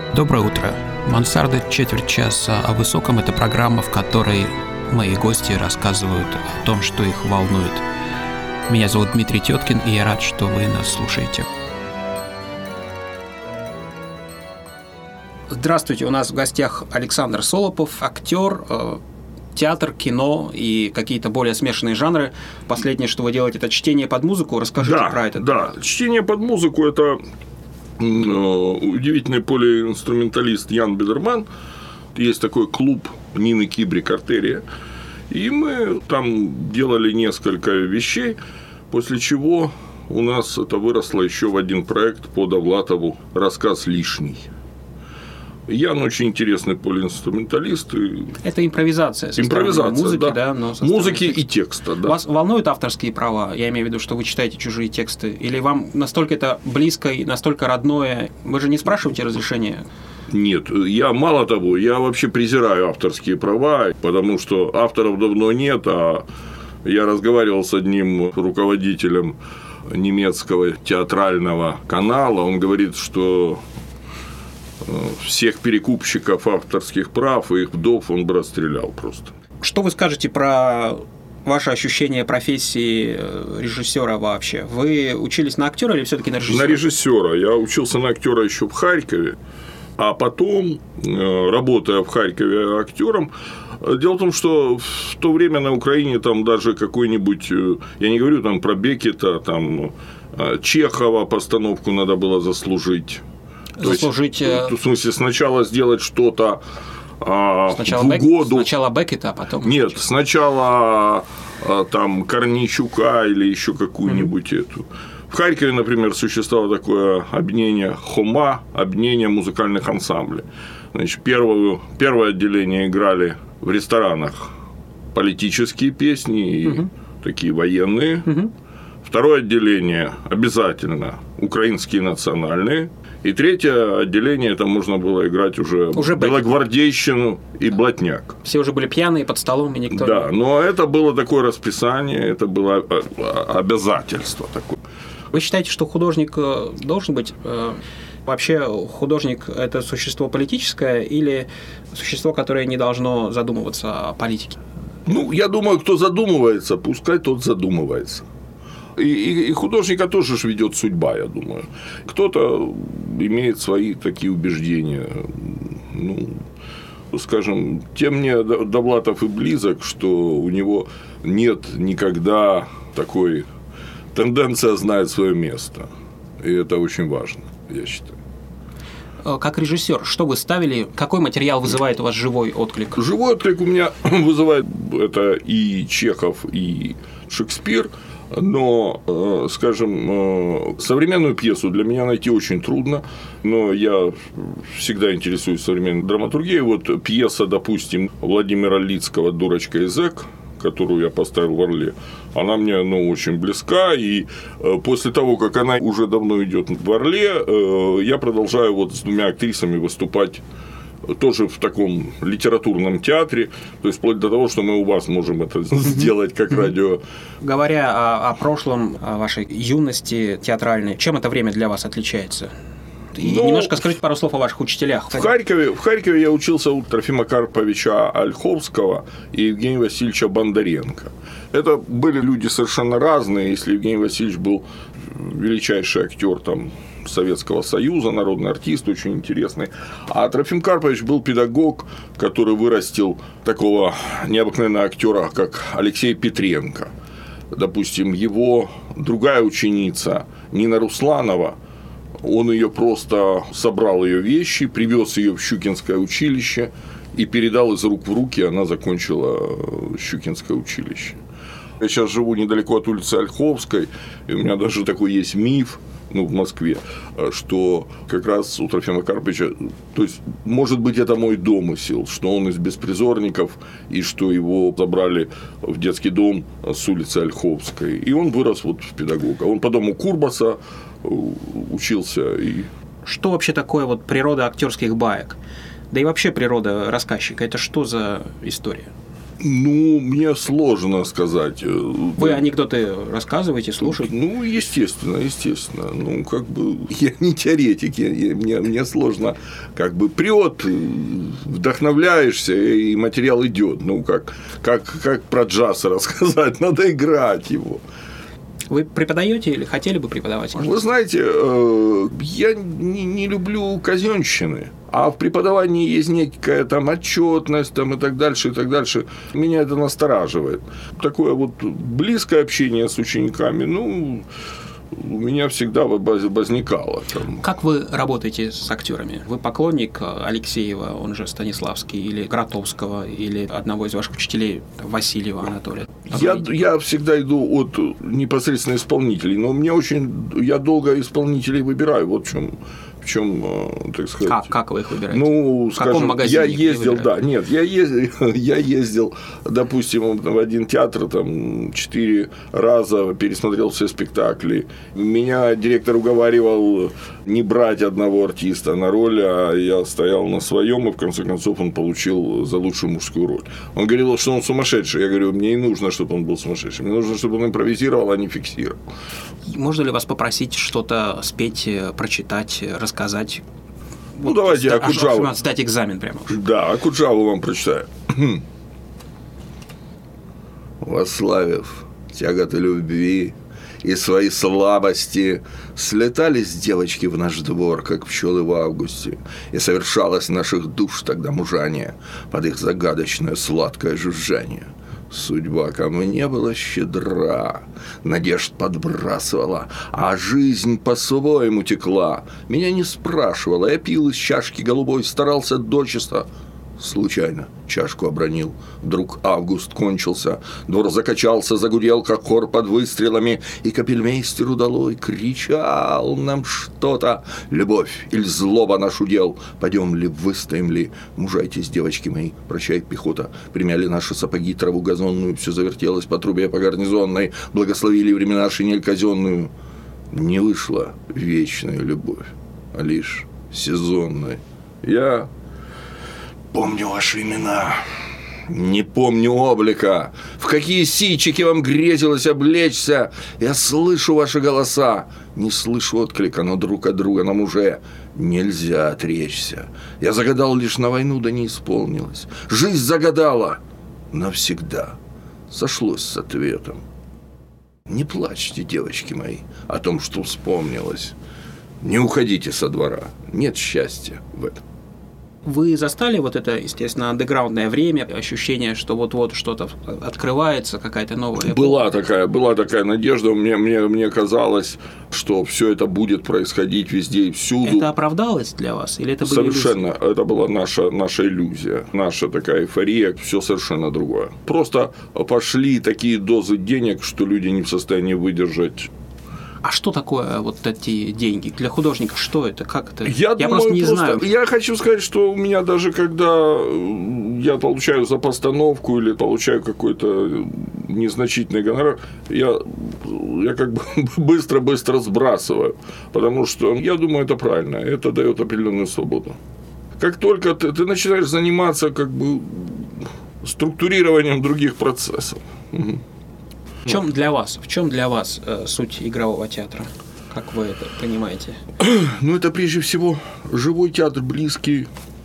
Доброе утро. «Мансарда. Четверть часа о высоком» — это программа, в которой мои гости рассказывают о том, что их волнует. Меня зовут Дмитрий Теткин, и я рад, что вы нас слушаете. Здравствуйте, у нас в гостях Александр Солопов, актер, театр, кино и какие-то более смешанные жанры. Последнее, что вы делаете, это чтение под музыку. Расскажите про это. Да, чтение под музыку – это удивительный полиинструменталист Ян Бидерман. Есть такой клуб Нины Кибрик «Артерия». И мы там делали несколько вещей, после чего у нас это выросло еще в один проект по Довлатову «Рассказ лишний». Ян очень интересный полиинструменталист. Это импровизация. Музыки, да. Музыки и текста, да. Вас волнуют авторские права? Я имею в виду, что вы читаете чужие тексты. Или вам настолько это близко и настолько родное? Вы же не спрашиваете разрешения? Нет, я мало того, я вообще презираю авторские права, потому что авторов давно нет, а я разговаривал с одним руководителем немецкого театрального канала, он говорит, что всех перекупщиков авторских прав и их вдов он бы расстрелял просто. Что вы скажете про ваше ощущение профессии режиссера вообще? Вы учились на актера или все-таки на режиссера? На режиссера. Я учился на актера еще в Харькове, а потом, работая в Харькове актером, дело в том, что в то время на Украине там даже какой-нибудь, я не говорю там про Беккета, там Чехова постановку надо было заслужить. В смысле, сначала сделать что-то в угоду. Сначала Беккета, а потом... Нет, сначала там Корнейчука или еще какую-нибудь эту. В Харькове, например, существовало такое объединение ХОМА, объединение музыкальных ансамблей. Значит, первое отделение играли в ресторанах политические песни и такие военные. Второе отделение обязательно украинские национальные. И третье отделение, это можно было играть уже белогвардейщину и блатняк. Все уже были пьяные под столом, и никто... Да, но это было такое расписание, это было обязательство такое. Вы считаете, что художник должен быть... Вообще художник – это существо политическое или существо, которое не должно задумываться о политике? Ну, я думаю, кто задумывается, пускай тот задумывается. И художника тоже ж ведет судьба, я думаю. Кто-то имеет свои такие убеждения. Ну, скажем, тем мне Довлатов и близок, что у него нет никогда такой тенденции знать свое место. И это очень важно, я считаю. Как режиссер, что вы ставили? Какой материал вызывает у вас живой отклик? Живой отклик у меня вызывает это и Чехов, и Шекспир. Но, скажем, современную пьесу для меня найти очень трудно, но я всегда интересуюсь современной драматургией. Вот пьеса, допустим, Владимира Лицкого «Дурочка и зэк», которую я поставил в «Орле», она мне очень близка, и после того, как она уже давно идет в «Орле», я продолжаю вот с двумя актрисами выступать тоже в таком литературном театре, то есть вплоть до того, что мы у вас можем это сделать как радио. Говоря о прошлом, о вашей юности театральной, чем это время для вас отличается? И немножко скажите пару слов о ваших учителях. В Харькове я учился у Трофима Карповича Ольховского и Евгения Васильевича Бондаренко. Это были люди совершенно разные. Если Евгений Васильевич был величайший актер там Советского Союза, народный артист, очень интересный. А Трофим Карпович был педагог, который вырастил такого необыкновенного актера, как Алексей Петренко. Допустим, его другая ученица Нина Русланова, он ее просто собрал ее вещи, привез ее в Щукинское училище и передал из рук в руки, она закончила Щукинское училище. Я сейчас живу недалеко от улицы Ольховской, и у меня даже такой есть миф, в Москве, что как раз у Трофима Карповича, то есть, может быть, это мой домысел, что он из беспризорников, и что его забрали в детский дом с улицы Ольховской, и он вырос вот в педагога. Он потом у Курбаса учился. И... Что вообще такое вот природа актерских баек? Да и вообще природа рассказчика – это что за история? Ну, мне сложно сказать. Вы анекдоты рассказываете, слушаете? Ну, естественно. Ну, как бы, я не теоретик, мне сложно, как бы, прет, вдохновляешься, и материал идет. Ну, как про джаз рассказать, надо играть его. Вы преподаете или хотели бы преподавать? Вы знаете, я не люблю казенщины, а в преподавании есть некая там отчетность там, и так дальше. Меня это настораживает. Такое вот близкое общение с учениками, ну, у меня всегда возникало. Там. Как вы работаете с актерами? Вы поклонник Алексеева, он же Станиславский, или Гротовского, или одного из ваших учителей, Васильева Анатолия? Я всегда иду от непосредственно исполнителей, но я долго исполнителей выбираю. Вот в чем, так сказать. Как вы их выбираете? Ну, в каком магазине? Я ездил, допустим, в один театр, там 4 раза пересмотрел все спектакли. Меня директор уговаривал не брать одного артиста на роль, а я стоял на своем, и в конце концов он получил за лучшую мужскую роль. Он говорил, что он сумасшедший. Я говорю, мне и нужно, чтобы он был сумасшедшим. Мне нужно, чтобы он импровизировал, а не фиксировал. Можно ли вас попросить что-то спеть, прочитать, рассказать? Ну, давайте Окуджаву. Сдать экзамен прямо. Да, Окуджаву вам прочитаю. Восславив тяготы любви и свои слабости, слетались девочки в наш двор, как пчелы в августе, и совершалось наших душ тогда мужание под их загадочное сладкое жужжание. Судьба ко мне была щедра, надежд подбрасывала, а жизнь по-своему текла. Меня не спрашивала, я пил из чашки голубой, старался дочисто. Случайно чашку обронил. Вдруг август кончился. Двор закачался, загудел, как хор под выстрелами, и капельмейстер удалой кричал нам что-то. Любовь или злоба наш удел? Пойдем ли, выстоим ли? Мужайтесь, девочки мои, прощай, пехота. Примяли наши сапоги траву газонную, все завертелось по трубе по гарнизонной, благословили времена шинель казенную. Не вышла вечная любовь, а лишь сезонная. Я помню ваши имена, не помню облика, в какие сичики вам грезилось облечься. Я слышу ваши голоса, не слышу отклика, но друг от друга нам уже нельзя отречься. Я загадал лишь на войну, да не исполнилось. Жизнь загадала навсегда, сошлось с ответом. Не плачьте, девочки мои, о том, что вспомнилось. Не уходите со двора, нет счастья в этом. Вы застали вот это, естественно, андеграундное время, ощущение, что вот-вот что-то открывается, какая-то новая эпоха? Была такая надежда. Мне казалось, что все это будет происходить везде и всюду. Это оправдалось для вас? Или это были совершенно иллюзии? Это была наша иллюзия, наша такая эйфория, все совершенно другое. Просто пошли такие дозы денег, что люди не в состоянии выдержать. А что такое вот эти деньги? Для художника что это? Как это? Я думаю, просто не знаю. Я хочу сказать, что у меня даже когда я получаю за постановку или получаю какой-то незначительный гонорар, я как бы быстро сбрасываю. Потому что я думаю, это правильно. Это дает определенную свободу. Как только ты начинаешь заниматься как бы структурированием других процессов. В чем для вас суть игрового театра? Как вы это понимаете? Ну, это прежде всего живой театр, близкий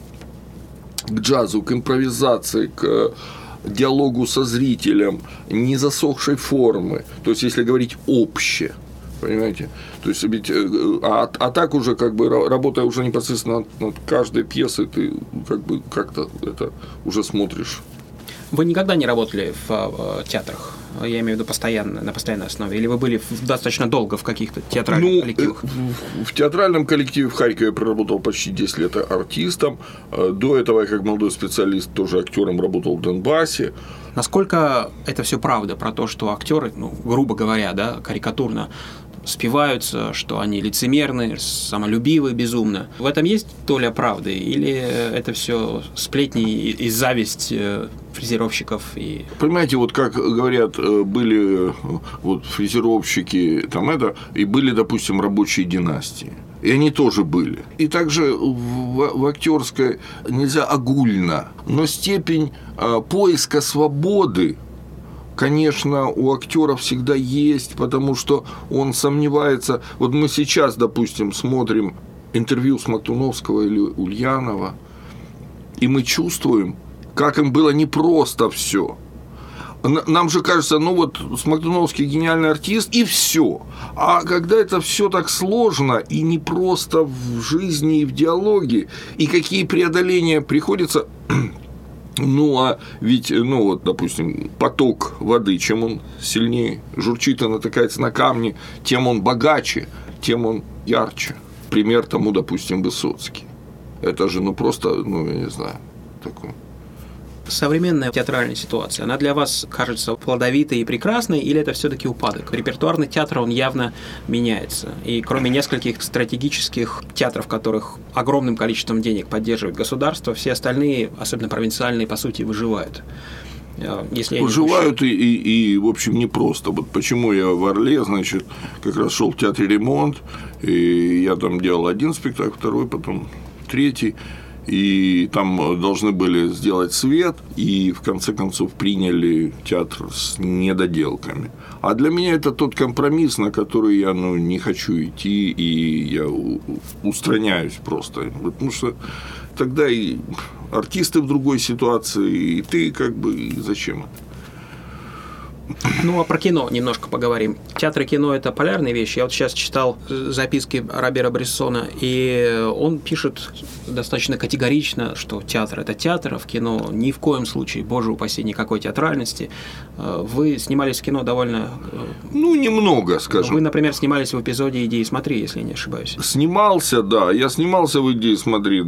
к джазу, к импровизации, к диалогу со зрителем, не засохшей формы. То есть, если говорить обще, понимаете? То есть, а так уже как бы работая уже непосредственно над каждой пьесой, ты как бы как-то это уже смотришь. Вы никогда не работали в театрах? Я имею в виду на постоянной основе. Или вы были достаточно долго в каких-то театральных коллективах? В театральном коллективе в Харькове я проработал почти 10 лет артистом. До этого я как молодой специалист тоже актером работал в Донбассе. Насколько это все правда про то, что актеры, грубо говоря, да, карикатурно спиваются, что они лицемерны, самолюбивы безумно? В этом есть доля правды? Или это все сплетни и зависть фрезеровщиков? Понимаете, вот как говорят, были вот фрезеровщики, там это, и были, допустим, рабочие династии. И они тоже были. И также в актерской нельзя огульно, но степень поиска свободы, конечно, у актера всегда есть, потому что он сомневается. Вот мы сейчас, допустим, смотрим интервью Смоктуновского или Ульянова, и мы чувствуем, как им было непросто все. Нам же кажется, Смоктуновский гениальный артист, и все. А когда это все так сложно и непросто в жизни и в диалоге, и какие преодоления приходится. Допустим, поток воды, чем он сильнее журчит и натыкается на камни, тем он богаче, тем он ярче. Пример тому, допустим, Высоцкий. Это же, просто, я не знаю, такое. Современная театральная ситуация, она для вас кажется плодовитой и прекрасной, или это все-таки упадок? Репертуарный театр, он явно меняется. И кроме нескольких стратегических театров, которых огромным количеством денег поддерживает государство, все остальные, особенно провинциальные, по сути, выживают. Выживают и, в общем, непросто. Вот почему я в Орле, как раз шел в театре ремонт, и я там делал один спектакль, второй, потом третий. И там должны были сделать свет, и в конце концов приняли театр с недоделками. А для меня это тот компромисс, на который я не хочу идти, и я устраняюсь просто. Потому что тогда и артисты в другой ситуации, и ты зачем это? А про кино немножко поговорим. Театр и кино – это полярные вещи. Я вот сейчас читал записки Робера Брессона, и он пишет достаточно категорично, что театр – это театр, а в кино ни в коем случае, боже упаси, никакой театральности. Вы снимались в кино довольно… немного, скажем. Вы, например, снимались в эпизоде «Иди и смотри», если я не ошибаюсь. Снимался, да. Я снимался в «Иди и смотри».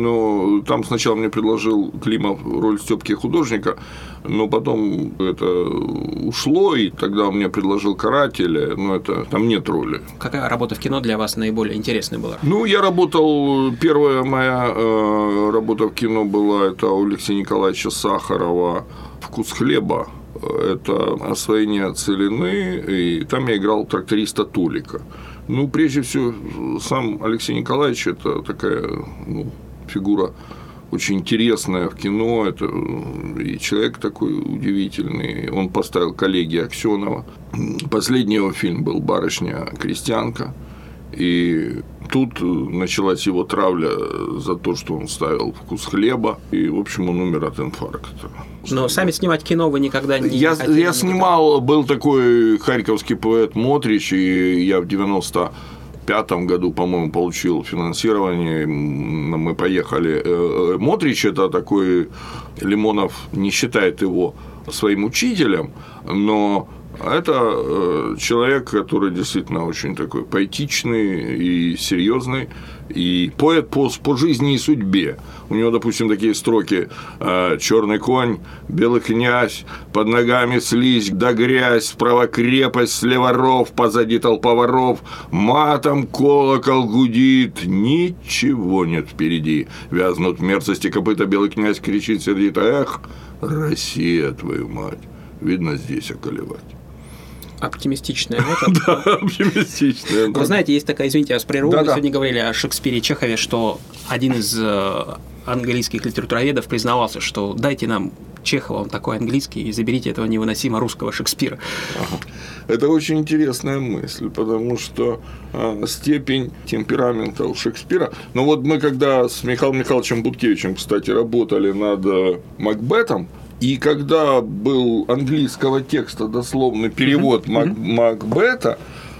Там сначала мне предложил Климов роль Стёпки художника, но потом это ушло, и тогда он мне предложил «Карателя», там нет роли. Какая работа в кино для вас наиболее интересная была? Я работал, первая моя работа в кино была, это у Алексея Николаевича Сахарова «Вкус хлеба». Это «Освоение целины», и там я играл тракториста Толика. Прежде всего, сам Алексей Николаевич – это такая фигура очень интересная в кино, это и человек такой удивительный. Он поставил «Коллеги» Аксенова. Последний его фильм был «Барышня-крестьянка». И тут началась его травля за то, что он ставил «Вкус хлеба», и, в общем, он умер от инфаркта. Но сами снимать кино вы никогда не хотели? Я снимал, был такой харьковский поэт Мотрич, и я в 95-м году, по-моему, получил финансирование, мы поехали. Мотрич – это такой, Лимонов не считает его своим учителем, но это человек, который действительно очень такой поэтичный и серьезный, и поэт по жизни и судьбе. У него, допустим, такие строки: «Черный конь, белый князь, под ногами слизь да грязь, справа крепость, слева ров, позади толпа воров, матом колокол гудит, ничего нет впереди, вязнут в мерзости копыта, белый князь кричит сердито: эх, Россия, твою мать, видно здесь околевать». Оптимистичная нота. Да, оптимистичная. Вы знаете, есть такая, извините, я вас прерву, мы сегодня говорили о Шекспире и Чехове, что один из английских литературоведов признавался, что дайте нам Чехова, он такой английский, и заберите этого невыносимо русского Шекспира. Это очень интересная мысль, потому что степень темперамента у Шекспира… мы когда с Михаилом Михайловичем Буткевичем, кстати, работали над Макбетом, и когда был английского текста дословный перевод Макбета,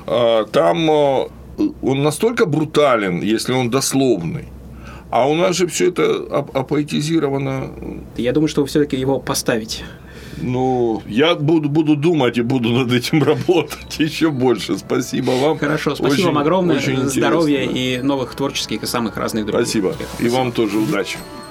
там он настолько брутален, если он дословный. А у нас же все это апоэтизировано. Я думаю, что вы все-таки его поставите. Я буду думать и буду над этим работать еще больше. Спасибо вам. Хорошо, спасибо вам огромное. Здоровья и новых творческих и самых разных других. Спасибо. И вам тоже удачи.